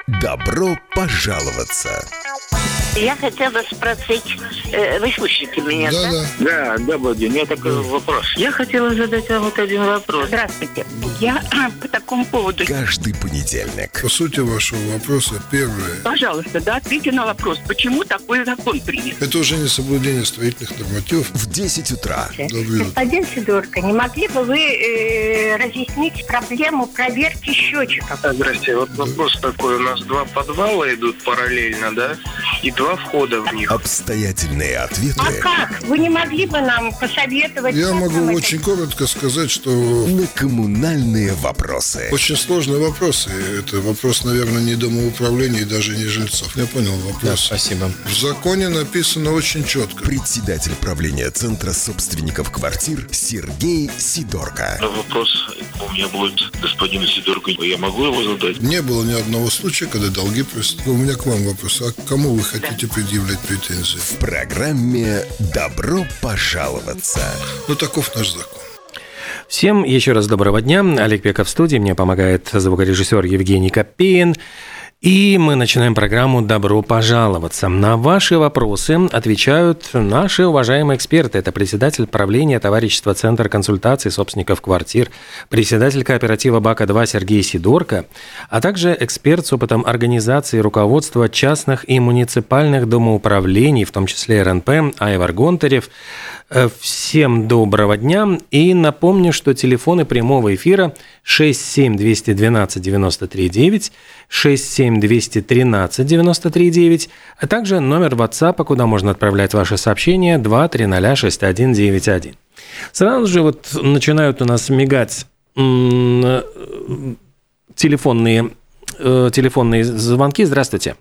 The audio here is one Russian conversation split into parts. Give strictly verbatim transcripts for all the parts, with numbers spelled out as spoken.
Добро пожаловаться! Я хотела спросить, э, вы слышите меня, да? Да, Да, добрый день. У меня такой вопрос. Я хотела задать вам вот один вопрос. Здравствуйте. Я по такому поводу... Каждый понедельник. по сути вашего вопроса, первое. Пожалуйста, да, ответьте на вопрос, почему такой закон принят? Это уже не соблюдение строительных нормативов. В десять утра. Доброе утро. Господин Сидорко, не могли бы вы э, разъяснить проблему проверки счетчиков? Здрасте. Вот вопрос такой. У нас два подвала идут параллельно, да? И два входа в них. Обстоятельные ответы А как? Вы не могли бы нам посоветовать? Я как могу нам это очень коротко сказать, что на коммунальные вопросы. очень сложный вопрос. И это вопрос, наверное, не домоуправления и даже не жильцов. Я понял вопрос. Спасибо. В законе написано очень четко. Председатель правления Центра собственников квартир Сергей Сидорко. Вопрос у меня будет господину Сидорко. Я могу его задать? Не было ни одного случая, когда долги просят. У меня к вам вопрос. А к кому вы хотите предъявлять претензии? В программе «Добро пожаловаться». Ну, таков наш закон. Всем еще раз доброго дня. Олег Пеков в студии. Мне помогает звукорежиссер Евгений Копеин. И мы начинаем программу «Добро пожаловаться». На ваши вопросы отвечают наши уважаемые эксперты. Это председатель правления товарищества «Центр консультаций собственников квартир», председатель кооператива «Бака-два» Сергей Сидорко, а также эксперт с опытом организации и руководства частных и муниципальных домоуправлений, в том числе эр эн пэ, Айвар Гонтарев. Всем доброго дня. И напомню, что телефоны прямого эфира шесть семь двести двенадцать девяносто три девять, шесть семь двести тринадцать девяносто три девять, а также номер WhatsApp, куда можно отправлять ваши сообщения два три ноль шесть один девять один. Сразу же вот начинают у нас мигать м- телефонные, э, телефонные звонки. Здравствуйте.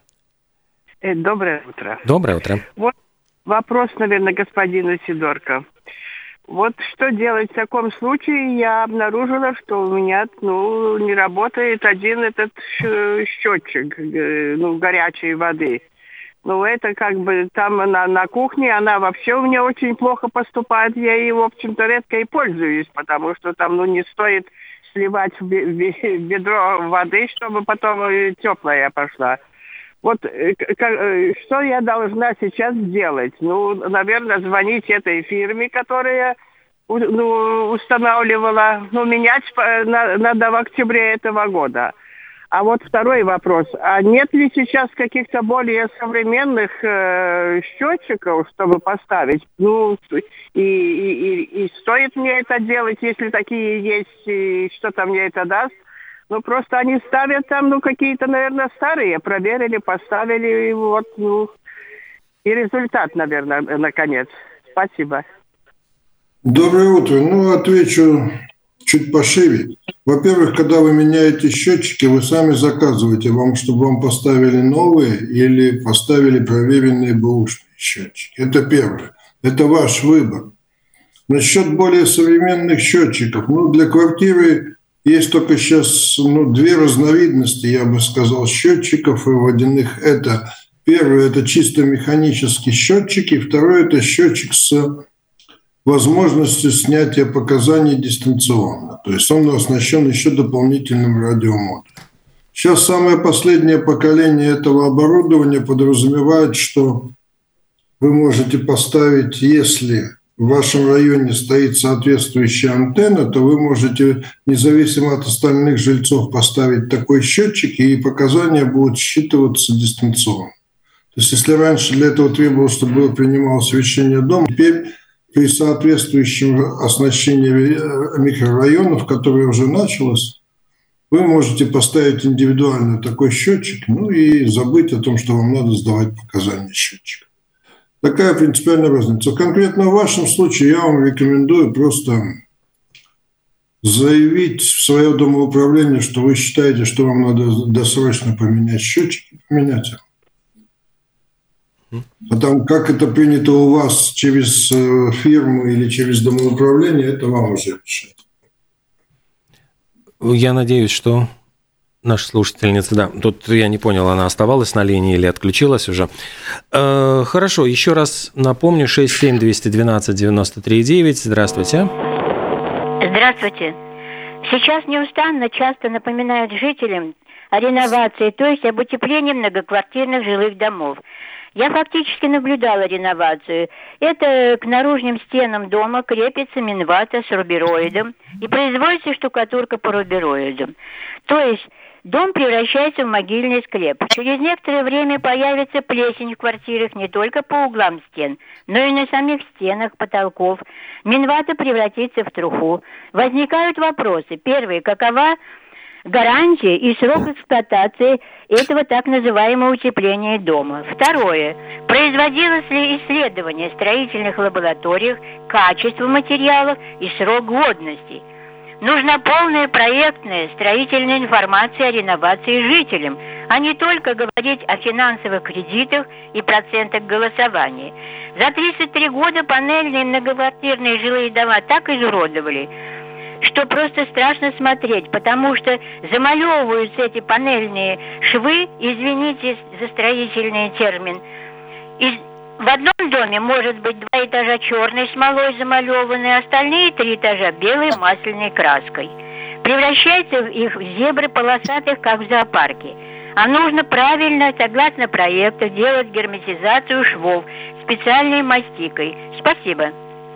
Доброе утро. Доброе утро. Вот вопрос, наверное, господину Сидорко. Вот что делать в таком случае? Я обнаружила, что у меня, ну, не работает один этот счетчик, ну, горячей воды. Ну, это как бы там на, на кухне, она вообще у меня очень плохо поступает. Я ей, в общем-то, редко и пользуюсь, потому что там, ну, не стоит сливать в ведро воды, чтобы потом теплая пошла. Вот что я должна сейчас сделать? Ну, наверное, звонить этой фирме, которая, ну, устанавливала. Ну, менять надо в октябре этого года. А вот второй вопрос. А нет ли сейчас каких-то более современных э, счетчиков, чтобы поставить? Ну, и, и, и стоит мне это делать, если такие есть, и что-то мне это даст? Ну, просто они ставят там, ну, какие-то, наверное, старые. Проверили, поставили, и вот, ну, и результат, наверное, наконец. Спасибо. Доброе утро. Ну, отвечу чуть пошире. Во-первых, когда вы меняете счетчики, вы сами заказываете вам, чтобы вам поставили новые или поставили проверенные бэушные счетчики. Это первое. Это ваш выбор. Насчет более современных счетчиков. Ну, для квартиры есть только сейчас, ну, две разновидности, я бы сказал, счетчиков водяных. Это первое, это чисто механические счетчики. Второе, это счетчик с возможностью снятия показаний дистанционно. То есть он оснащен еще дополнительным радиомодулем. Сейчас самое последнее поколение этого оборудования подразумевает, что вы можете поставить, если в вашем районе стоит соответствующая антенна, то вы можете, независимо от остальных жильцов, поставить такой счетчик, и показания будут считываться дистанционно. То есть если раньше для этого требовалось, чтобы принималось решение дома, теперь при соответствующем оснащении микрорайонов, которое уже началось, вы можете поставить индивидуально такой счетчик, ну и забыть о том, что вам надо сдавать показания счетчика. Такая принципиальная разница. Конкретно в вашем случае я вам рекомендую просто заявить в свое домоуправление, что вы считаете, что вам надо досрочно поменять счетчики, поменять их. А там, как это принято у вас через фирму или через домоуправление, это вам уже решать. Я надеюсь, что наша слушательница, да, тут я не понял, она оставалась на линии или отключилась уже. Э, хорошо, еще раз напомню, шесть семь двести двенадцать девяносто три девять. Здравствуйте. Здравствуйте. Сейчас неустанно часто напоминают жителям о реновации, то есть об утеплении многоквартирных жилых домов. Я фактически наблюдала реновацию. Это к наружным стенам дома крепится минвата с рубероидом и производится штукатурка по рубероиду. То есть дом превращается в могильный склеп. Через некоторое время появится плесень в квартирах не только по углам стен, но и на самих стенах, потолков. Минвата превратится в труху. Возникают вопросы. Первый. Какова гарантия и срок эксплуатации этого так называемого утепления дома? Второе. Производилось ли исследование в строительных лабораториях качества материалов и срок годности? Нужна полная проектная строительная информация о реновации жителям, а не только говорить о финансовых кредитах и процентах голосования. За тридцать три года панельные многоквартирные жилые дома так изуродовали, что просто страшно смотреть, потому что замалевываются эти панельные швы, извините за строительный термин, из... В одном доме может быть два этажа черной смолой замалеваны, остальные три этажа белой масляной краской. Превращается их в зебры полосатых, как в зоопарке. А нужно правильно, согласно проекту, делать герметизацию швов специальной мастикой. Спасибо.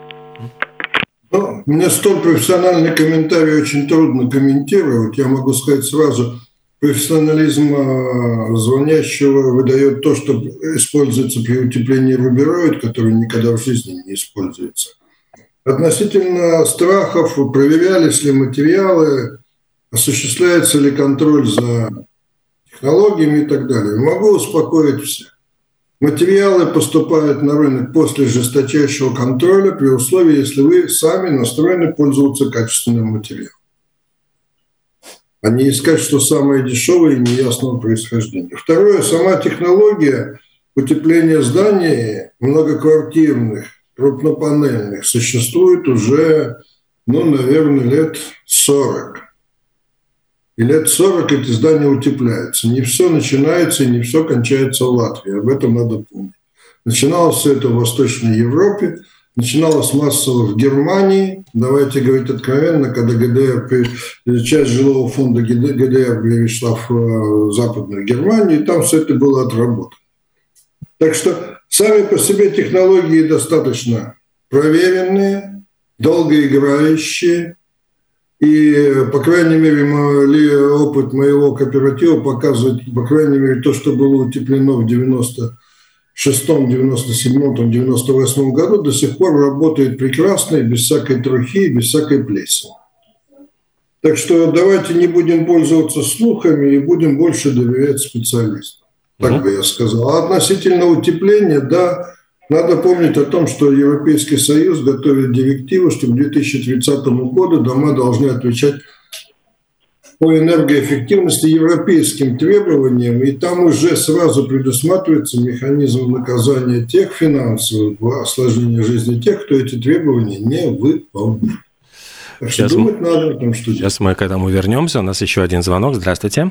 Ну, мне столь профессиональный комментарий очень трудно комментировать. Я могу сказать сразу, профессионализм звонящего выдает то, что используется при утеплении рубероид, который никогда в жизни не используется. Относительно страхов, проверялись ли материалы, осуществляется ли контроль за технологиями и так далее. Могу успокоить всех. Материалы поступают на рынок после жесточайшего контроля при условии, если вы сами настроены пользоваться качественным материалом, а не искать, что самое дешевое и неясного происхождения. Второе, сама технология утепления зданий многоквартирных, крупнопанельных существует уже, ну, наверное, лет сорок. И лет сорок эти здания утепляются. Не все начинается и не все кончается в Латвии. Об этом надо помнить. Начиналось все это в Восточной Европе. Начиналось массово в Германии. Давайте говорить откровенно, когда ГДР, часть жилого фонда ГДР перешла в Западную Германию, и там все это было отработано. Так что сами по себе технологии достаточно проверенные, долгоиграющие. И, по крайней мере, опыт моего кооператива показывает, по крайней мере, то, что было утеплено в девяносто шестом, девяносто седьмом, девяносто восьмом году, до сих пор работает прекрасно, без всякой трухи, без всякой плесени. Так что давайте не будем пользоваться слухами и будем больше доверять специалистам. Так mm-hmm. бы я сказал. А относительно утепления, да, надо помнить о том, что Европейский Союз готовит директиву, что к две тысячи тридцатому году дома должны отвечать по энергоэффективности европейским требованиям, и там уже сразу предусматривается механизм наказания тех финансовых, осложнения жизни тех, кто эти требования не выполняет. Так что сейчас думать мы, надо о том, что Сейчас мы к этому вернемся. У нас еще один звонок. Здравствуйте.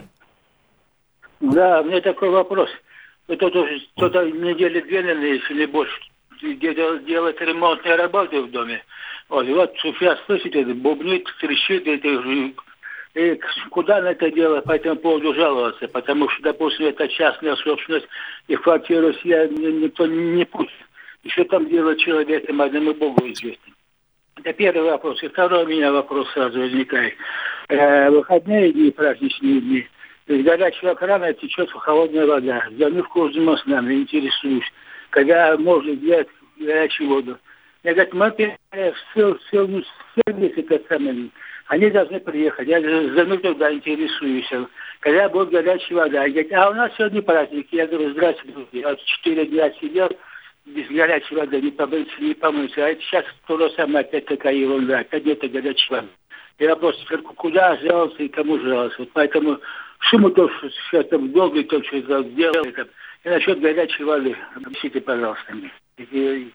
Да, у меня такой вопрос. Вы тут уже кто-то недели две, наверное, или больше, где-то делать ремонтные работы в доме. Вот, и вот сейчас, слышите, бубнит, трещит, это уже... И куда на это дело по этому поводу жаловаться? Потому что, допустим, это частная собственность, и в квартиру себя никто не пустит. И что там делать человеком, одному Богу известно. Это первый вопрос. И второй у меня вопрос сразу возникает. Э, выходные дни, праздничные дни. Из горячего крана течет холодная вода. Я в курсе маслами, интересуюсь. Когда можно взять горячую воду. Я говорю, мы все, все, все месяцы самые. Они должны приехать. Я за мной туда интересуюсь. Когда будет горячая вода. Я говорю, а у нас сегодня праздник. Я говорю, здравствуйте. Я вот четыре дня сидел без горячей воды, не помыться, не помыться. А это сейчас то же самое, опять такая ерунда. Опять нет горячей воды. Я просто куда жаловался и кому жаловался. Вот поэтому шуму то, что сейчас там долго то, что делали. И насчет горячей воды. Объясните, пожалуйста, мне.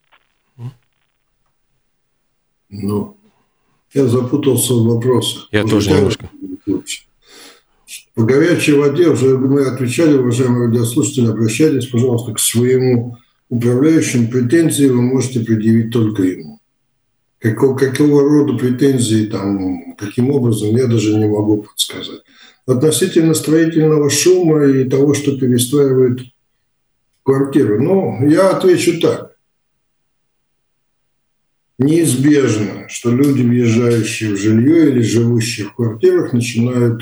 Ну... Я запутался в вопросах. Я тоже немножко. По горячей воде уже мы отвечали, уважаемые радиослушатели, обращайтесь, пожалуйста, к своему управляющему. Претензии вы можете предъявить только ему. Какого, какого рода претензии, там, каким образом, я даже не могу подсказать. относительно строительного шума и того, что перестраивают квартиру. Ну, я отвечу так. Неизбежно, что люди, въезжающие в жилье или живущие в квартирах, начинают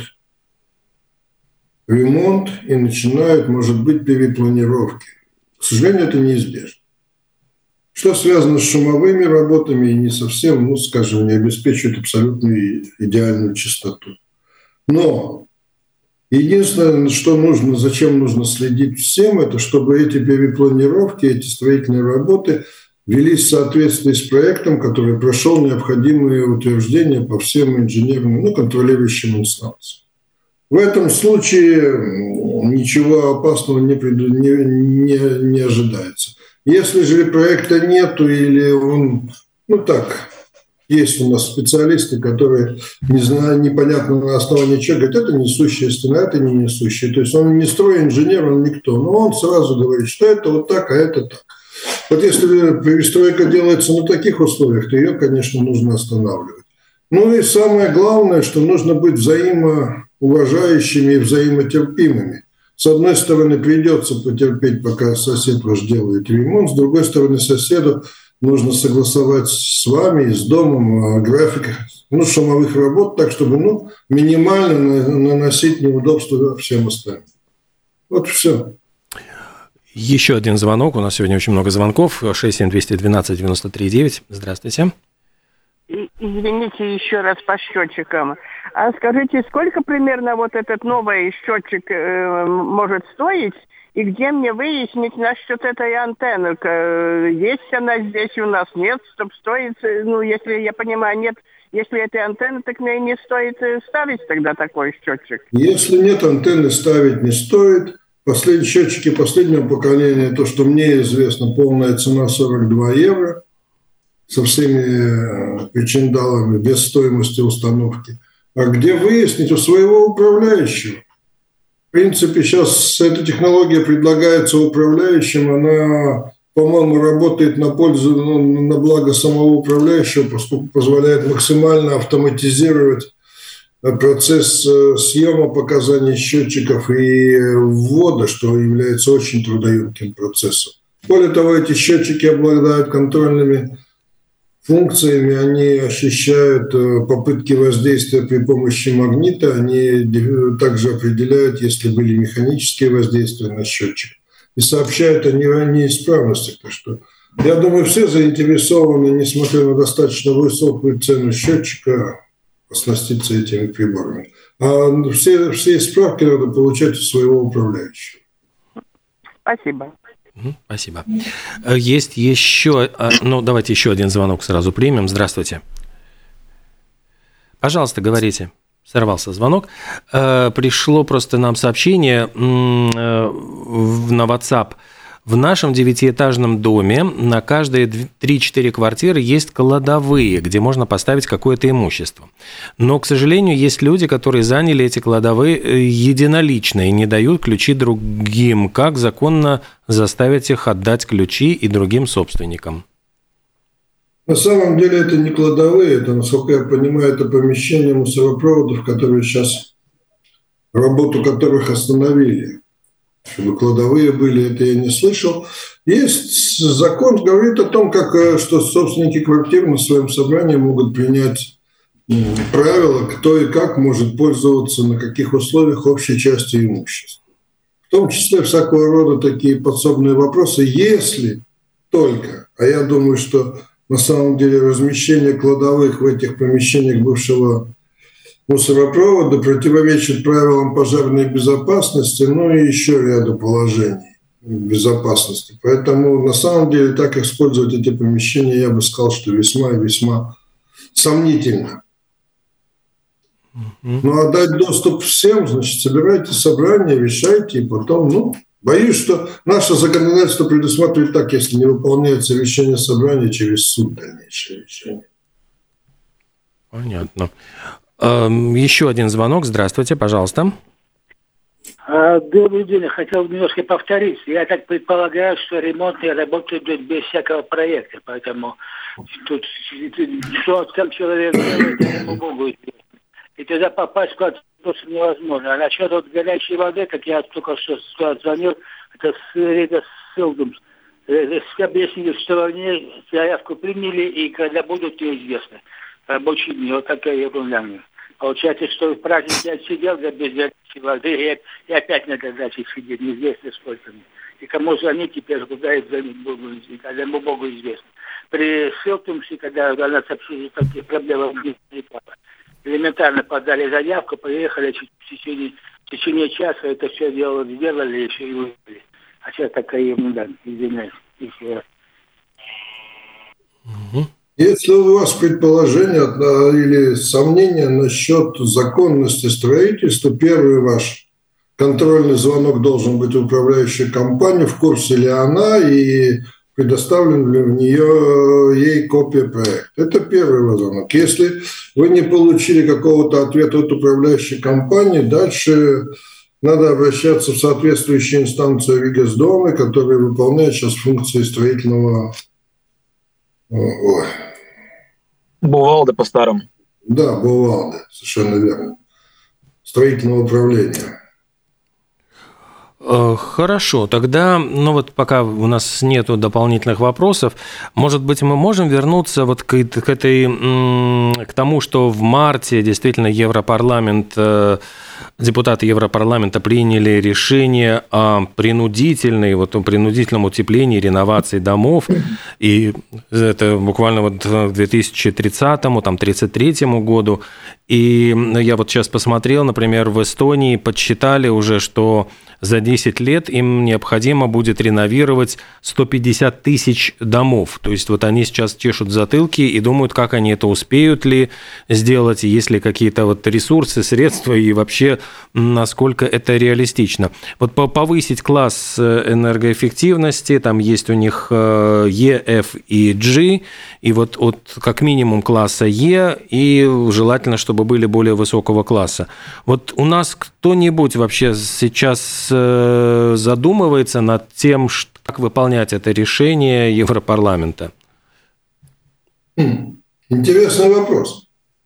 ремонт и начинают, может быть, перепланировки. К сожалению, это неизбежно. Что связано с шумовыми работами и не совсем, ну, скажем, не обеспечивает абсолютную идеальную чистоту. Но единственное, что нужно, зачем нужно следить всем, это чтобы эти перепланировки, эти строительные работы велись в соответствии с проектом, который прошел необходимые утверждения по всем инженерным, ну, контролирующим инстанциям. В этом случае ничего опасного не, не, не, не ожидается. Если же проекта нету или он, ну так, есть у нас специалисты, которые не знаю, непонятно на основании чего, говорят, это несущая стена, это не несущая. То есть он не стройинженер, он никто, но он сразу говорит, что это вот так, а это так. Вот если перестройка делается на таких условиях, то ее, конечно, нужно останавливать. Ну и самое главное, что нужно быть взаимоуважающими и взаимотерпимыми. С одной стороны, придется потерпеть, пока сосед ваш делает ремонт, с другой стороны, соседу нужно согласовать с вами и с домом график, ну, шумовых работ, так, чтобы, ну, минимально наносить неудобства всем остальным. Вот все. Еще один звонок. У нас сегодня очень много звонков. шесть семь два один два девять три девять. Здравствуйте. Извините еще раз по счетчикам. А скажите, сколько примерно вот этот новый счетчик э, может стоить? И где мне выяснить насчет этой антенны? Есть она здесь у нас, нет? Чтобы стоит, ну, если я понимаю, нет, если этой антенны, так мне не стоит ставить тогда такой счетчик. Если нет антенны, ставить не стоит. Последние счетчики последнего поколения, то, что мне известно, полная цена сорок два евро со всеми причиндалами, без стоимости установки. А где выяснить? У своего управляющего. В принципе, сейчас эта технология предлагается управляющим, она, по-моему, работает на пользу, ну, на благо самого управляющего, поскольку позволяет максимально автоматизировать процесс съема показаний счетчиков и ввода, что является очень трудоемким процессом. Более того, эти счетчики обладают контрольными функциями, они ощущают попытки воздействия при помощи магнита, они также определяют, если были механические воздействия на счетчик, и сообщают о неисправностях. Так что, я думаю, все заинтересованы, несмотря на достаточно высокую цену счетчика, оснаститься этими приборами. А все, все справки надо получать у своего управляющего. Спасибо. Спасибо. Есть еще... Ну, давайте еще один звонок сразу примем. Здравствуйте. Пожалуйста, говорите. Сорвался звонок. Пришло просто нам сообщение на WhatsApp. В нашем девятиэтажном доме на каждые три-четыре квартиры есть кладовые, где можно поставить какое-то имущество. Но, к сожалению, есть люди, которые заняли эти кладовые единолично и не дают ключи другим. Как законно заставить их отдать ключи и другим собственникам? На самом деле это не кладовые, это, насколько я понимаю, это помещение мусоропроводов, которые сейчас, работу которых остановили. Чтобы кладовые были, это я не слышал. Есть закон, говорит о том, как, что собственники квартир на своем собрании могут принять правила, кто и как может пользоваться, на каких условиях общей частью имущества. В том числе всякого рода такие подсобные вопросы, если только, а я думаю, что на самом деле размещение кладовых в этих помещениях бывшего мусоропровода противоречит правилам пожарной безопасности, ну и еще ряду положений безопасности. Поэтому на самом деле так использовать эти помещения, я бы сказал, что весьма и весьма сомнительно. Ну а дать доступ всем, значит, собирайте собрание, решайте, и потом, ну, боюсь, что наше законодательство предусматривает так, если не выполняется решение собрания, через суд дальнейшее решение. Понятно. Еще один звонок. Здравствуйте, пожалуйста. Добрый день. Я хотел немножко повторить. Я так предполагаю, что ремонтные работы идут без всякого проекта, поэтому тут что там человек делает, ему будет. И тогда попасть в просто невозможно. А насчет вот горячей воды, как я только что звонил, это Рига Силдумс. Объяснили, что они заявку приняли, и когда будут, неизвестно. Рабочие дни, вот такая ерунда. Получается, что в праздник я сидел без горячей воды, и, и опять надо дальше сидеть, неизвестно сколько. И кому звонить теперь, куда я звонить Богу, когда Богу известно. При Силтумсе, когда у нас обсуждали такие проблемы, элементарно подали заявку, приехали в течение, в течение часа, это все дело сделали, еще и вывели. А сейчас такая ерунда, извиняюсь. Еще раз. Если у вас предположение или сомнения насчет законности строительства, первый ваш контрольный звонок должен быть управляющей компании, в курсе ли она и предоставлен ли в нее ей копия проекта. Это первый звонок. Если вы не получили какого-то ответа от управляющей компании, дальше надо обращаться в соответствующую инстанцию Ригасдомы, которая выполняет сейчас функции строительного... Ой. Бувалда по-старому. Да, Бувалда, совершенно верно. Строительного управления. Хорошо, тогда, ну вот пока у нас нету дополнительных вопросов, может быть, мы можем вернуться вот к, к этой, к тому, что в марте действительно Европарламент, депутаты Европарламента приняли решение о принудительной, вот, о принудительном утеплении, реновации домов, и это буквально вот к две тысячи тридцатому, там, тридцать третьему году, и я вот сейчас посмотрел, например, в Эстонии подсчитали уже, что за десять лет им необходимо будет реновировать сто пятьдесят тысяч домов. То есть вот они сейчас чешут затылки и думают, как они это успеют ли сделать, есть ли какие-то вот ресурсы, средства и вообще насколько это реалистично. Вот повысить класс энергоэффективности, там есть у них E, F и G, и вот от как минимум класса E, и желательно, чтобы были более высокого класса. Вот у нас кто-нибудь вообще сейчас задумывается над тем, как выполнять это решение Европарламента? Интересный вопрос.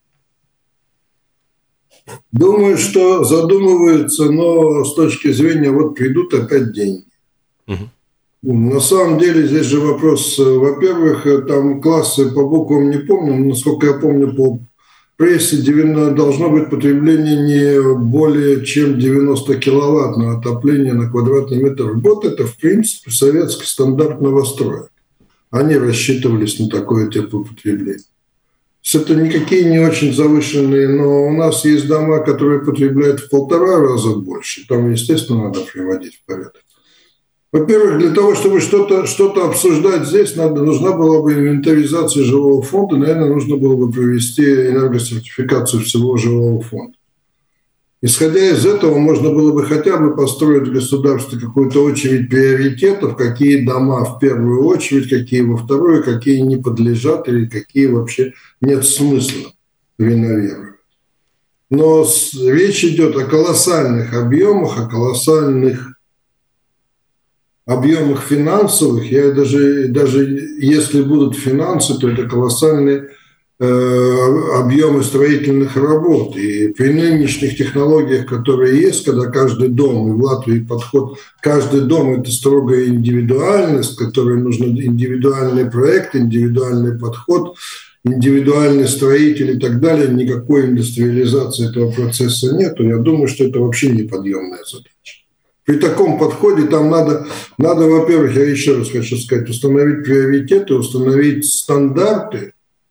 Думаю, что задумываются, но с точки зрения, вот придут опять деньги. Угу. На самом деле здесь же вопрос, во-первых, там классы по буквам не помню, но, насколько я помню, по прессе должно быть потребление не более чем девяносто киловатт на отопление на квадратный метр в год. Это, в принципе, советский стандарт новостроек. Они рассчитывались на такое теплопотребление. Это никакие не очень завышенные, но у нас есть дома, которые потребляют в полтора раза больше. Там, естественно, надо приводить в порядок. Во-первых, для того, чтобы что-то, что-то обсуждать здесь, надо, нужна была бы инвентаризация жилого фонда. Наверное, нужно было бы провести энергосертификацию всего жилого фонда. Исходя из этого, можно было бы хотя бы построить в государстве какую-то очередь приоритетов, какие дома в первую очередь, какие во вторую, какие не подлежат или какие вообще нет смысла реновировать. Но речь идет о колоссальных объемах, о колоссальных объемах финансовых. Я даже, даже если будут финансы, то это колоссальные объемы строительных работ. И при нынешних технологиях, которые есть, когда каждый дом, и в Латвии подход, каждый дом – это строгая индивидуальность, которой нужен индивидуальный проект, индивидуальный подход, индивидуальный строитель и так далее, никакой индустриализации этого процесса нет. Я думаю, что это вообще неподъемная задача. При таком подходе там надо, надо, во-первых, я еще раз хочу сказать, установить приоритеты, установить стандарты.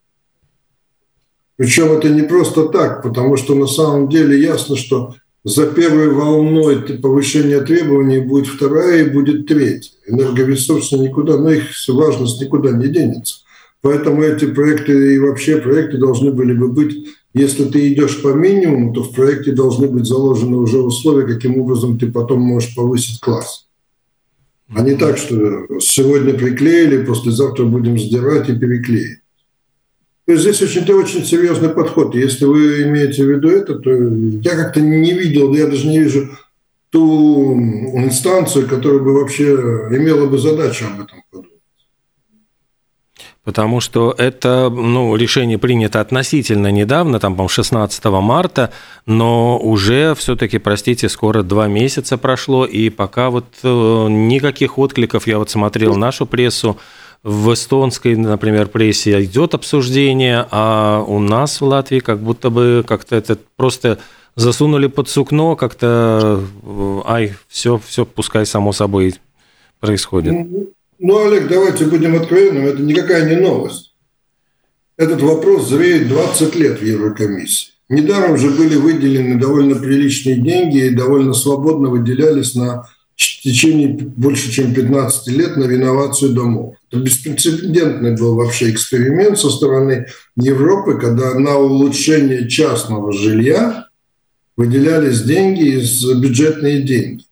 Причем это не просто так, потому что на самом деле ясно, что за первой волной повышения требований будет вторая и будет третья. Энергоресурсы никуда, но их важность никуда не денется. Поэтому эти проекты и вообще проекты должны были бы быть, если ты идешь по минимуму, то в проекте должны быть заложены уже условия, каким образом ты потом можешь повысить класс. А не так, что сегодня приклеили, послезавтра будем сдирать и переклеить. То есть здесь очень, это очень серьезный подход. Если вы имеете в виду это, то я как-то не видел, я даже не вижу ту инстанцию, которая бы вообще имела бы задачу об этом подумать. Потому что это, ну, решение принято относительно недавно, там, по-моему, шестнадцатого марта, но уже все-таки, простите, скоро два месяца прошло, и пока вот никаких откликов, я вот смотрел нашу прессу, в эстонской, например, прессе идет обсуждение, а у нас в Латвии как будто бы как-то это просто засунули под сукно, как-то, ай, все, все, пускай само собой происходит. Ну, Олег, давайте будем откровенными, это никакая не новость. Этот вопрос зреет двадцать лет в Еврокомиссии. Недаром же были выделены довольно приличные деньги и довольно свободно выделялись на в течение больше чем пятнадцати лет на реновацию домов. Это беспрецедентный был вообще эксперимент со стороны Европы, когда на улучшение частного жилья выделялись деньги из бюджетные деньги.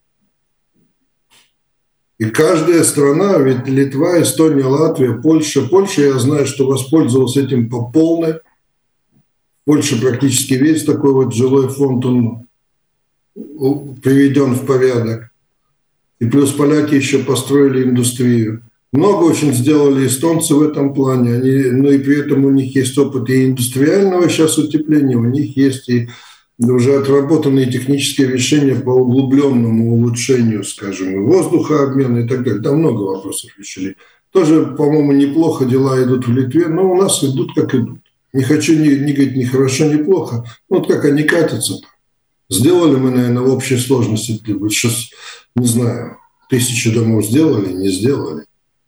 И каждая страна, ведь Литва, Эстония, Латвия, Польша. Польша, я знаю, что воспользовалась этим по полной. В Польше практически весь такой вот жилой фонд, он приведен в порядок. И плюс поляки еще построили индустрию. Много очень сделали эстонцы в этом плане. Они, ну и при этом у них есть опыт и индустриального сейчас утепления, у них есть и уже отработанные технические решения по углубленному улучшению, скажем, и воздухообмена и так далее. Там много вопросов решили. Тоже, по-моему, неплохо дела идут в Литве, но у нас идут как идут. Не хочу ни, ни говорить ни хорошо, ни плохо. Вот как они катятся. Сделали мы, наверное, в общей сложности, сейчас, не знаю, тысячи домов сделали, не сделали.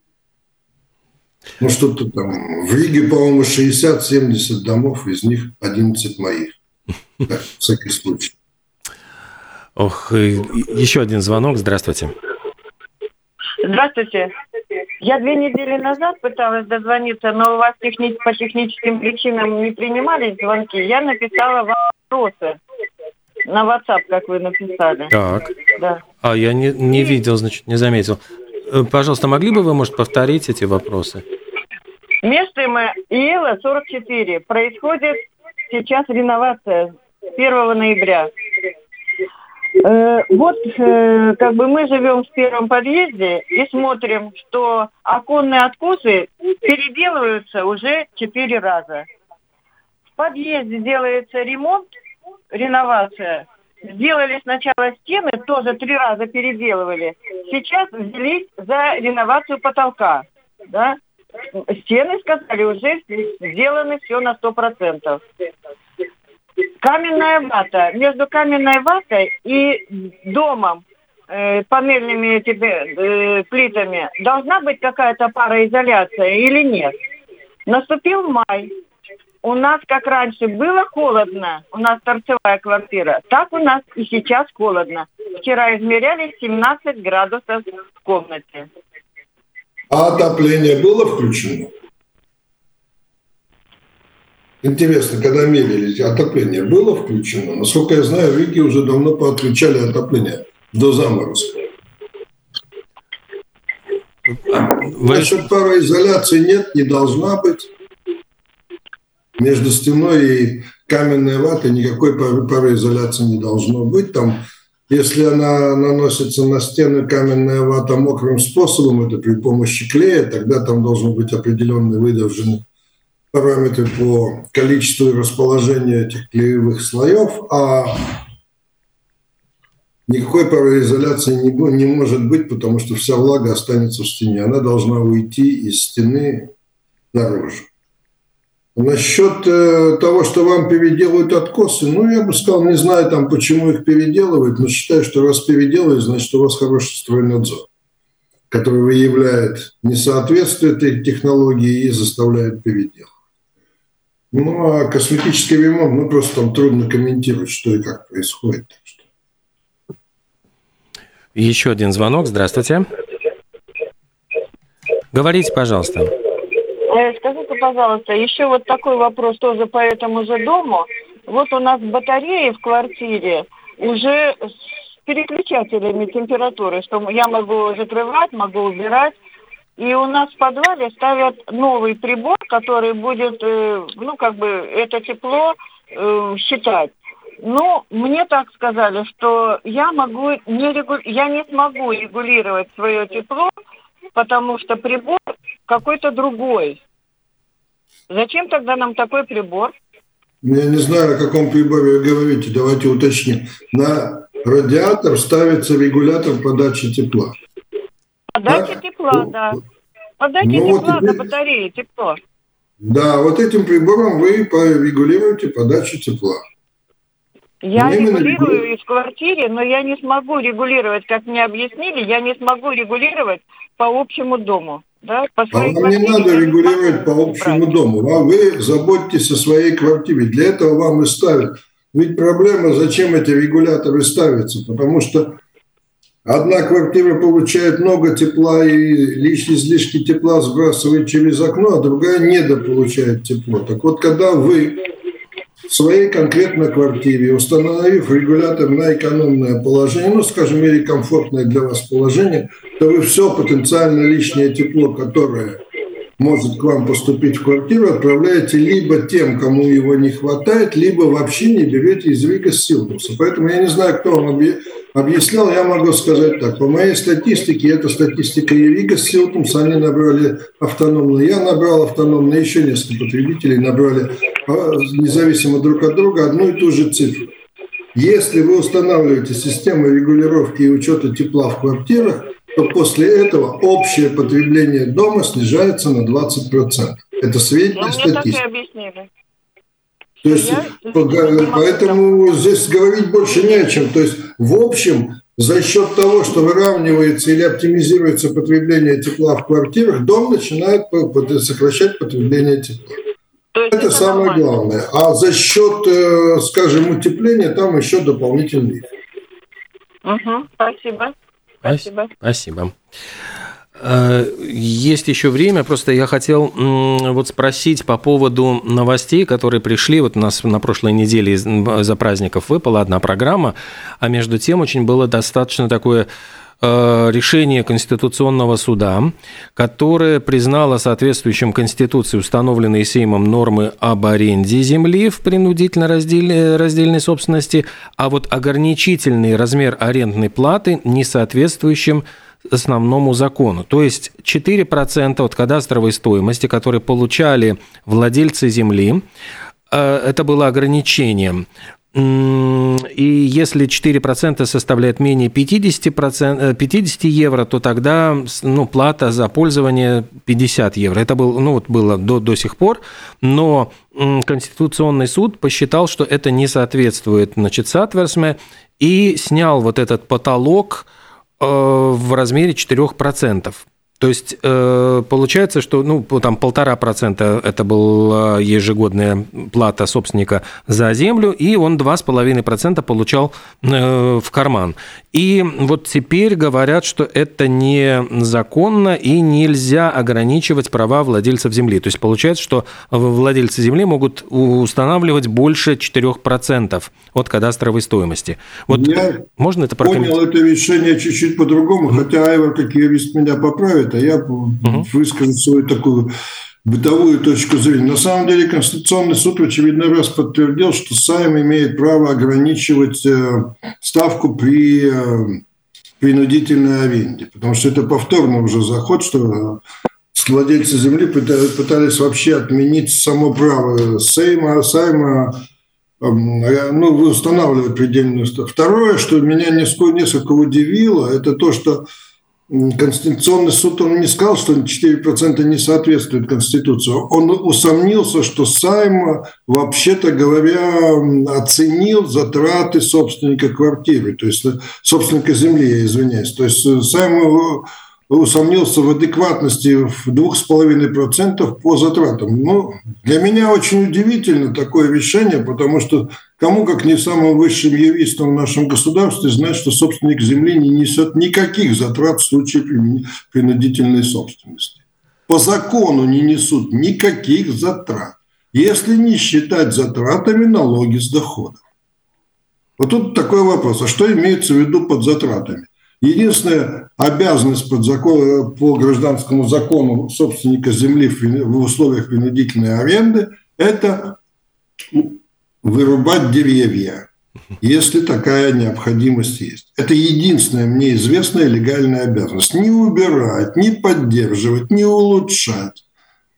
Ну, что-то там. В Риге, по-моему, шестьдесят-семьдесят домов, из них одиннадцать моих. Так, в всякий случай. Ох, еще один звонок. Здравствуйте. Здравствуйте. Я две недели назад пыталась дозвониться, но у вас техни... по техническим причинам не принимались звонки. Я написала вам вопросы на WhatsApp, как вы написали. Так. Да. А я не, не видел, значит, не заметил. Пожалуйста, могли бы вы, может, повторить эти вопросы? Место ИЭЛа сорок четыре. Происходит сейчас реновация с первого ноября. Э, вот, э, как бы мы живем в первом подъезде и смотрим, что оконные откосы переделываются уже четыре раза. В подъезде делается ремонт, реновация. Сделали сначала стены, тоже три раза переделывали. Сейчас взялись за реновацию потолка. Да? Стены, сказали, уже сделаны все на сто процентов. Каменная вата. Между каменной ватой и домом, э, панельными этими, э, плитами, должна быть какая-то пароизоляция или нет? Наступил май. У нас, как раньше, было холодно. У нас торцевая квартира. Так у нас и сейчас холодно. Вчера измеряли семнадцать градусов в комнате. А отопление было включено? Интересно, когда мерились, отопление было включено? Насколько я знаю, в Риге уже давно поотключали отопление до заморозка. Насчет пароизоляции нет, не должна быть. Между стеной и каменной ватой никакой пароизоляции не должно быть. Там, если она наносится на стены каменная вата мокрым способом, это при помощи клея, тогда там должен быть определенный выдержанный параметры по количеству и расположению этих клеевых слоев, а никакой пароизоляции не, не может быть, потому что вся влага останется в стене. Она должна уйти из стены наружу. Насчет э, того, что вам переделывают откосы, ну, я бы сказал, не знаю, там, почему их переделывают, но считаю, что раз переделывают, значит, у вас хороший стройнадзор, который выявляет несоответствие этой технологии и заставляет переделывать. Ну, а косметический ремонт, ну, просто там трудно комментировать, что и как происходит. Еще один звонок. Здравствуйте. Говорите, пожалуйста. Скажите, пожалуйста, еще вот такой вопрос тоже по этому же дому. Вот у нас батареи в квартире уже с переключателями температуры, что я могу закрывать, могу убирать. И у нас в подвале ставят новый прибор, который будет, ну, как бы, это тепло э, считать. Ну, мне так сказали, что я могу не регу... я не смогу регулировать свое тепло, потому что прибор какой-то другой. Зачем тогда нам такой прибор? Я не знаю, о каком приборе вы говорите. Давайте уточним. На радиатор ставится регулятор подачи тепла. Подача так? тепла, да. Подача ну, тепла вот теперь... до батареи, тепло. Да, вот этим прибором вы регулируете подачу тепла. Я Именно регулирую регули... в квартире, но я не смогу регулировать, как мне объяснили, я не смогу регулировать по общему дому. Да? По а вам не надо регулировать по общему брать. дому, а вы заботитесь о своей квартире. Для этого вам и ставят. Ведь проблема, зачем эти регуляторы ставятся, потому что одна квартира получает много тепла и лишние излишки тепла сбрасывает через окно, а другая недополучает тепло. Так вот, когда вы в своей конкретной квартире, установив регулятор на экономное положение, ну, скажем, или комфортное для вас положение, то вы все потенциально лишнее тепло, которое может к вам поступить в квартиру, отправляете либо тем, кому его не хватает, либо вообще не берете из Ригас Силтумса. Поэтому я не знаю, кто вам объяснял, я могу сказать так. По моей статистике, это статистика и Ригас Силтумс, они набрали автономно. Я набрал автономно, еще несколько потребителей набрали независимо друг от друга одну и ту же цифру. Если вы устанавливаете систему регулировки и учета тепла в квартирах, то после этого общее потребление дома снижается на двадцать процентов. Это средняя статистика. То есть, я... поэтому здесь говорить больше не о чем. То есть, в общем, за счет того, что выравнивается или оптимизируется потребление тепла в квартирах, дом начинает сокращать потребление тепла. Это, это самое нормально. Главное. А за счет, скажем, утепления там еще дополнительный эффект. Угу, спасибо. Спасибо. Спасибо. Есть еще время, просто я хотел вот спросить по поводу новостей, которые пришли. Вот у нас на прошлой неделе из-за праздников выпала одна программа, а между тем очень было достаточно такое решение Конституционного суда, которое признало соответствующим Конституции установленные Сеймом нормы об аренде земли в принудительно раздельной, раздельной собственности, а вот ограничительный размер арендной платы не соответствующим основному закону. То есть четыре процента от кадастровой стоимости, которые получали владельцы земли, это было ограничением. И если четыре процента составляет менее пятьдесят процентов, пятьдесят евро, то тогда ну, плата за пользование пятьдесят евро. Это был, ну, вот было до, до сих пор, но Конституционный суд посчитал, что это не соответствует, значит, сатверсме, и снял вот этот потолок э, в размере четыре процента. То есть получается, что ну, там полтора процента это была ежегодная плата собственника за землю, и он два с половиной процента получал в карман. И вот теперь говорят, что это незаконно и нельзя ограничивать права владельцев земли. То есть получается, что владельцы земли могут устанавливать больше четыре процента от кадастровой стоимости. Вот я можно это прокомментировать? Понял это решение чуть-чуть по-другому, mm-hmm. хотя Айвар, как юрист, меня поправит, а я uh-huh. выскажу свою такую бытовую точку зрения. На самом деле Конституционный суд в очередной раз подтвердил, что Сайм имеет право ограничивать ставку при принудительной аренде, потому что это повторный уже заход, что владельцы земли пытались вообще отменить само право Сейма, Сайма, ну, устанавливать предельную ставку. Второе, что меня несколько удивило, это то, что Конституционный суд, он не сказал, что четыре процента не соответствует Конституции. Он усомнился, что Сайм, вообще-то говоря, оценил затраты собственника квартиры, то есть собственника земли, я извиняюсь. То есть Сайм усомнился в адекватности в два с половиной процента по затратам. Ну, для меня очень удивительно такое решение, потому что кому, как не самым высшим юристам в нашем государстве, знать, что собственник земли не несет никаких затрат в случае принудительной собственности. По закону не несут никаких затрат, если не считать затратами налоги с доходов. Вот тут такой вопрос. А что имеется в виду под затратами? Единственная обязанность под закон, по гражданскому закону собственника земли в условиях принудительной аренды – это вырубать деревья, если такая необходимость есть. Это единственная мне известная легальная обязанность. Не убирать, не поддерживать, не улучшать.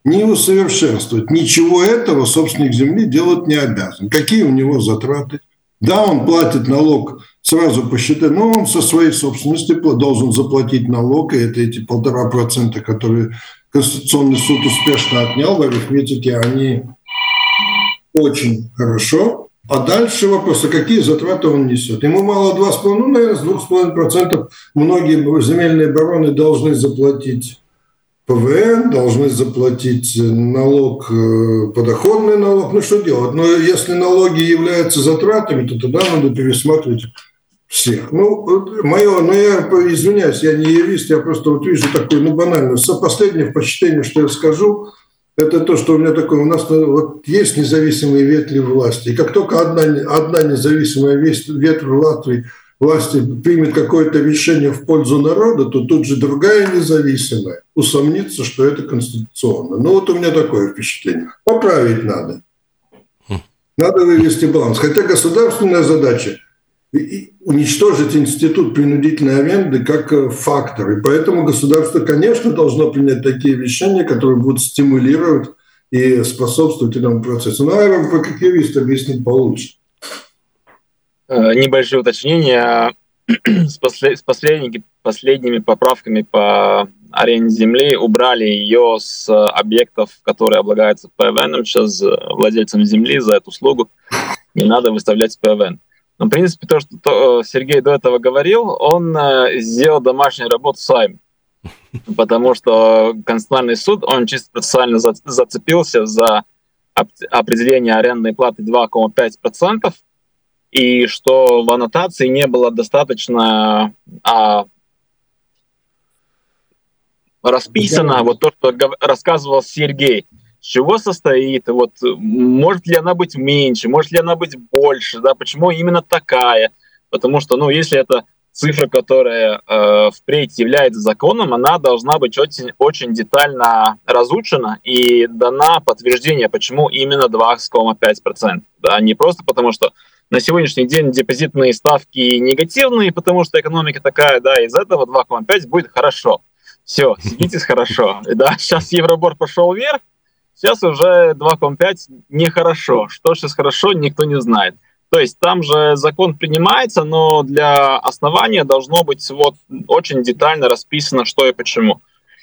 не усовершенствовать. Ничего этого собственник земли делать не обязан. Какие у него затраты? Да, он платит налог, сразу посчитай, но он со своей собственности должен заплатить налог, и это эти полтора процента, которые Конституционный суд успешно отнял, в арифметике они очень хорошо. А дальше вопрос, а какие затраты он несет? Ему мало два с половиной, ну, наверное, с двух с половиной процентов многие земельные бароны должны заплатить ПВН, должны заплатить налог, подоходный налог. Ну, что делать? Но если налоги являются затратами, то тогда надо пересматривать всех. Ну, мое, ну, я извиняюсь, я не юрист, я просто вот вижу такое, ну, банальное. Последнее впечатление, что я скажу, это то, что у меня такое, у нас вот есть независимые ветви власти. И как только одна, одна независимая ветвь власти, власти примет какое-то решение в пользу народа, то тут же другая независимая усомнится, что это конституционно. Ну вот у меня такое впечатление. Поправить надо. Надо вывести баланс. Хотя государственная задача уничтожить институт принудительной аренды как фактор. И поэтому государство, конечно, должно принять такие решения, которые будут стимулировать и способствовать этому процессу. Ну, а я вам как юрист объяснить получше. Небольшое уточнение. С, послед... с последними, последними поправками по аренде земли убрали ее с объектов, которые облагаются ПВНом. Сейчас владельцам земли за эту услугу не надо выставлять ПВН. Но, в принципе, то, что то, Сергей до этого говорил, он э, сделал домашнюю работу сам. Потому что Конституционный суд, он чисто процессуально за, зацепился за определение арендной платы два целых пять десятых процента, и что в аннотации не было достаточно а, расписано вот то, что рассказывал Сергей. С чего состоит, вот, может ли она быть меньше, может ли она быть больше, да, почему именно такая? Потому что, ну, если это цифра, которая э, впредь является законом, она должна быть очень, очень детально разучена и дана подтверждение, почему именно два целых пять десятых процента. Да, не просто потому, что на сегодняшний день депозитные ставки негативные, потому что экономика такая, да, из этого два целых пять десятых будет хорошо. Все, сидитесь хорошо. Да, сейчас Евробор пошел вверх, сейчас уже два целых пять десятых нехорошо. Что сейчас хорошо, никто не знает. То есть там же закон принимается, но для основания должно быть вот очень детально расписано, что и почему.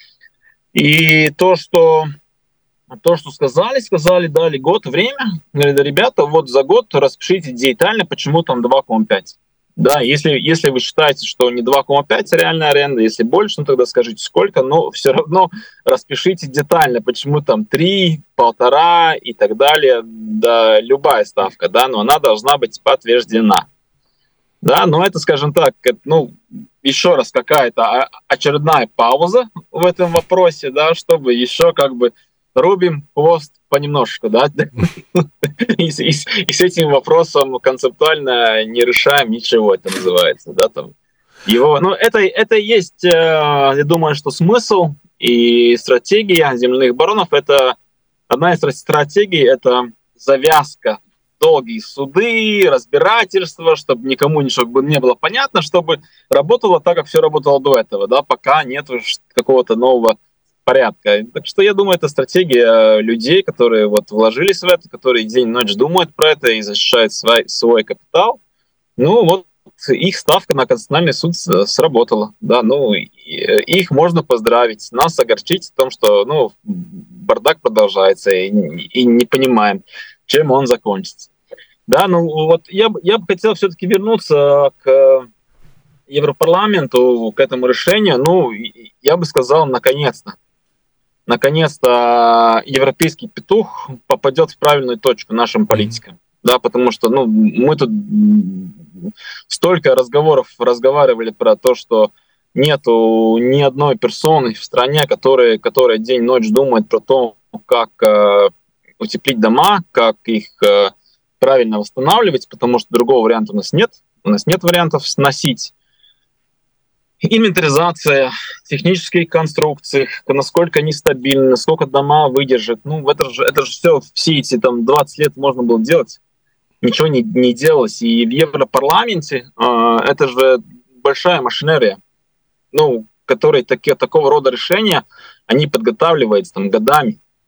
И то, что, то, что сказали, сказали, дали год, время. Говорят, да, ребята, вот за год распишите детально, почему там два целых пять десятых. Да, если, если вы считаете, что не два целых пять десятых реальная аренда, если больше, ну тогда скажите сколько, но все равно распишите детально, почему там три, полтора и так далее, да, любая ставка, да, но она должна быть подтверждена. Да, но это, скажем так, ну, еще раз какая-то очередная пауза в этом вопросе, да, чтобы еще как бы рубим хвост понемножку, да, и, и, и с этим вопросом концептуально не решаем ничего, это называется, да, там. Его, ну, это, это есть, я думаю, что смысл и стратегия земельных баронов, это одна из стратегий, это завязка, долгие суды, разбирательства, чтобы никому ничего не было понятно, чтобы работало так, как все работало до этого, да, пока нет какого-то нового порядка. Так что я думаю, это стратегия людей, которые вот вложились в это, которые день и ночь думают про это и защищают свой, свой капитал. Ну вот их ставка на Конституционный суд сработала. Да, ну, их можно поздравить, нас огорчить в том, что ну, бардак продолжается и, и не понимаем, чем он закончится. Да, ну вот я, я бы хотел все-таки вернуться к Европарламенту, к этому решению. Ну, я бы сказал, наконец-то. Наконец-то европейский петух попадет в правильную точку нашим политикам. Да, потому что ну, мы тут столько разговоров разговаривали про то, что нету ни одной персоны в стране, которая, которая день-ночь думает про то, как э, утеплить дома, как их э, правильно восстанавливать, потому что другого варианта у нас нет. У нас нет вариантов сносить. Инвентаризация, технические конструкции, насколько они стабильны, сколько дома выдержат. Ну, это же, это же все, все эти там двадцать лет можно было делать. Ничего не, не делалось. И в Европарламенте э, это же большая машинерия, ну, которые такие, такого рода решения, они подготавливаются там годами.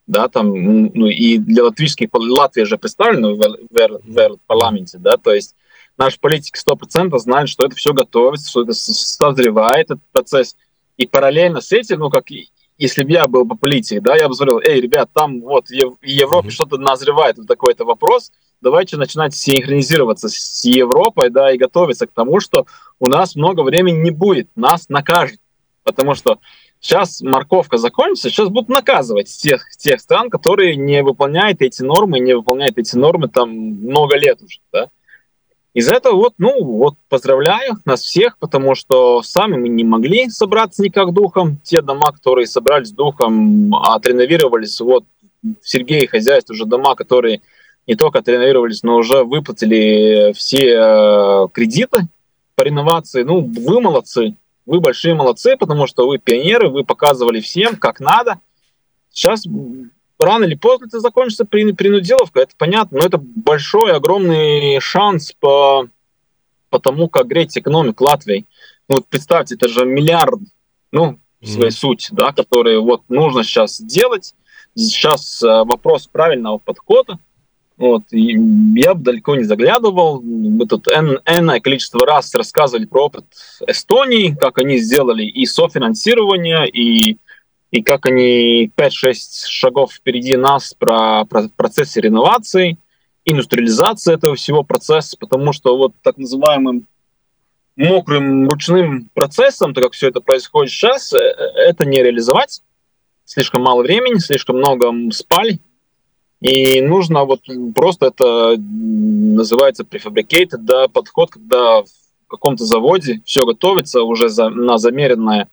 да, там, ну, и для латвийских, Латвия же представлена в, в, в парламенте, да, то есть наши политики сто процентов знают, что это все готовится, что это созревает, этот процесс, и параллельно с этим, ну, как если бы я был по политике, да, я бы говорил, эй, ребят, там вот в Европе mm-hmm. что-то назревает, вот такой-то вопрос, давайте начинать синхронизироваться с Европой, да, и готовиться к тому, что у нас много времени не будет, нас накажут, потому что сейчас морковка закончится, сейчас будут наказывать тех, тех стран, которые не выполняют эти нормы, не выполняют эти нормы там много лет уже, да. Из-за этого вот, ну, вот поздравляю нас всех, потому что сами мы не могли собраться никак духом. Те дома, которые собрались духом, отреновировались, вот в Сергее хозяйстве уже дома, которые не только отреновировались, но уже выплатили все э, кредиты по реновации. Ну, вы молодцы, вы большие молодцы, потому что вы пионеры, вы показывали всем, как надо. Сейчас рано или поздно это закончится принудиловка, это понятно, но это большой, огромный шанс по, по тому, как греть экономику Латвии. Ну, вот представьте, это же миллиард, ну, в своей mm-hmm. сути, да, которые вот нужно сейчас сделать. Сейчас э, вопрос правильного подхода. Вот, и я бы далеко не заглядывал. Мы тут энное количество раз рассказывали про опыт Эстонии, как они сделали и софинансирование, и и как они пять-шесть шагов впереди нас про, про процесс реновации, индустриализации этого всего процесса, потому что вот так называемым мокрым ручным процессом, так как все это происходит сейчас, это не реализовать. Слишком мало времени, слишком много спали. И нужно вот просто это называется prefabricated, да, подход, когда в каком-то заводе все готовится уже за, на замеренное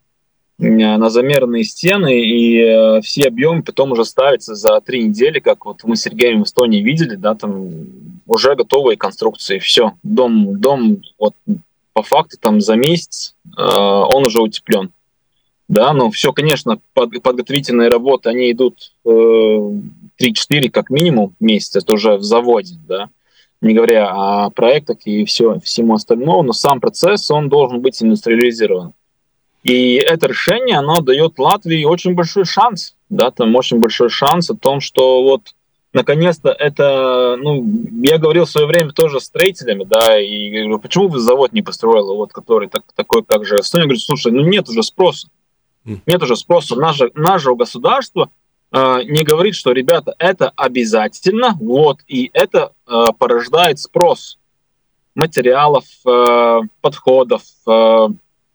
на замеренные стены, и э, все объемы потом уже ставятся за три недели, как вот мы с Сергеем в Эстонии видели, да, там уже готовые конструкции, все, дом, дом вот по факту там за месяц э, он уже утеплен, да, но все, конечно, под, подготовительные работы, они идут э, три-четыре как минимум месяца, это уже в заводе, да, не говоря о проектах и все, всему остальному, но сам процесс, он должен быть индустриализирован. И это решение, оно дает Латвии очень большой шанс, да, там очень большой шанс о том, что вот наконец-то это, ну, я говорил в свое время тоже с строителями, да, и говорю, почему вы завод не построили, вот, который так, такой, как же Эстония, говорит, слушай, ну нет уже спроса, нет уже спроса, наше, наше государство э, не говорит, что, ребята, это обязательно, вот, и это э, порождает спрос материалов, э, подходов, э,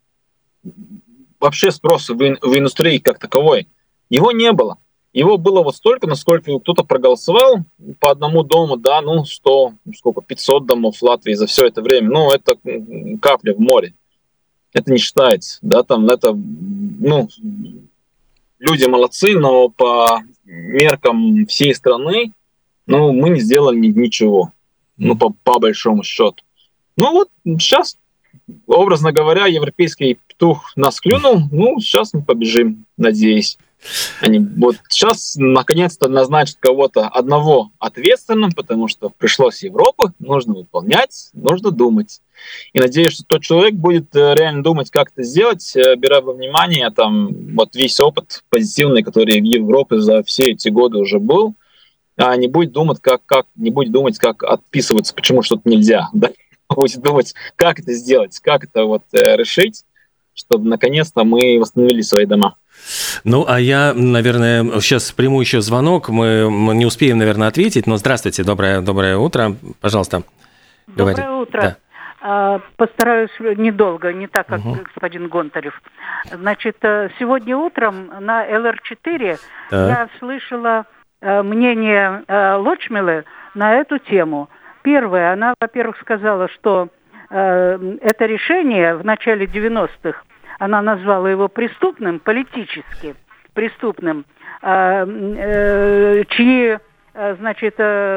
вообще спроса в, ин- в индустрии как таковой, его не было. Его было вот столько, насколько кто-то проголосовал по одному дому, да, ну, сто, сколько, пятьсот домов в Латвии за все это время. Ну, это капля в море. Это не считается, да, там, это, ну, люди молодцы, но по меркам всей страны, ну, мы не сделали ничего, ну, по, по большому счету. Ну, вот сейчас, образно говоря, европейский петух нас клюнул, ну, сейчас мы побежим, надеюсь. Они вот сейчас наконец-то назначат кого-то одного ответственным, потому что пришло с Европы, нужно выполнять, нужно думать. И надеюсь, что тот человек будет реально думать, как это сделать, беря во внимание там вот весь опыт позитивный, который в Европе за все эти годы уже был, а не будет думать, как, как не будет думать, как отписываться, почему что-то нельзя, да? Будет думать, как это сделать, как это вот решить, чтобы наконец-то мы восстановили свои дома. Ну, а я, наверное, сейчас приму еще звонок. Мы, мы не успеем, наверное, ответить, но здравствуйте, доброе, доброе утро. Пожалуйста, говорите. Доброе утро. Да. Постараюсь недолго, не так, как угу. господин Гонтарев. Значит, сегодня утром на эл эр четыре да. я слышала мнение Лочмелы на эту тему. Первое, она, во-первых, сказала, что это решение в начале девяностых, она назвала его преступным, политически преступным, чьи, значит,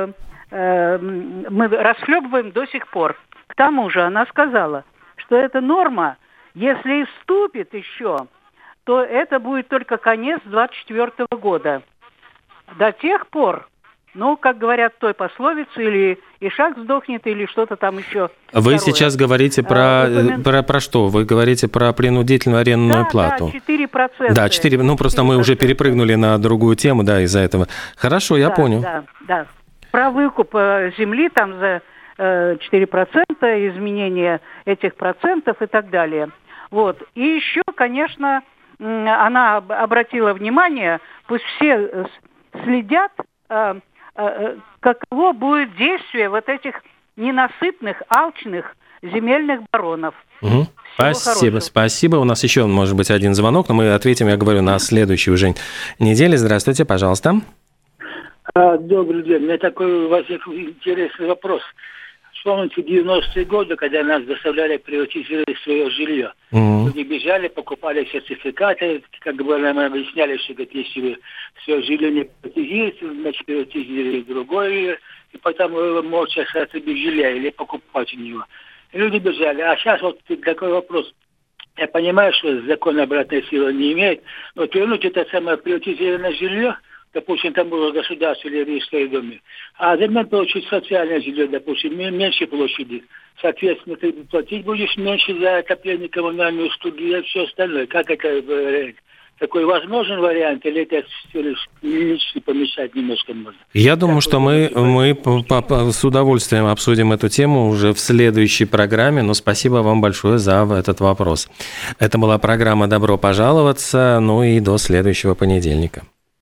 мы расхлебываем до сих пор. К тому же она сказала, что эта норма, если и вступит еще, то это будет только конец двадцать четвёртого года. До тех пор ну, как говорят в той пословице, или ишак сдохнет, или что-то там еще. Вы второе. сейчас говорите про, а, упомя... про, про что? Вы говорите про принудительную арендную да, плату? Да, четыре процента. Да, четыре, ну, просто четыре процента. Мы уже перепрыгнули на другую тему, да, из-за этого. Хорошо, я да, понял. Да, да. Про выкуп земли там за четыре процента, изменение этих процентов и так далее. Вот. И еще, конечно, она обратила внимание, пусть все следят, каково будет действие вот этих ненасытных, алчных земельных баронов. Угу. Спасибо, хорошего. Спасибо. У нас еще, может быть, один звонок, но мы ответим, я говорю, на следующую уже неделю. Здравствуйте, пожалуйста. Добрый день. У меня такой у вас интересный вопрос. Вспомните девяностые годы, когда нас заставляли приватизировать свое жилье. Mm-hmm. Люди бежали, покупали сертификаты, как бы нам объясняли, что говорит, если вы свое жилье не приватизируете, значит приватизируете другое, и потом вы можете остаться без жилья или покупать у него. И люди бежали. А сейчас вот такой вопрос. Я понимаю, что закон обратной силы не имеет, но вернуть это самое приватизированное жилье, допустим, там было государство или Рижское доме, а взамен получить социальное жилье, допустим, меньше площади. Соответственно, ты платить будешь меньше за отопление, коммунальные услуги и все остальное. Как это такой возможен вариант, или это все лишь помешать немножко можно? Я думаю, что мы, мы с удовольствием обсудим эту тему уже в следующей программе, но спасибо вам большое за этот вопрос. Это была программа «Добро пожаловаться», ну и до следующего понедельника.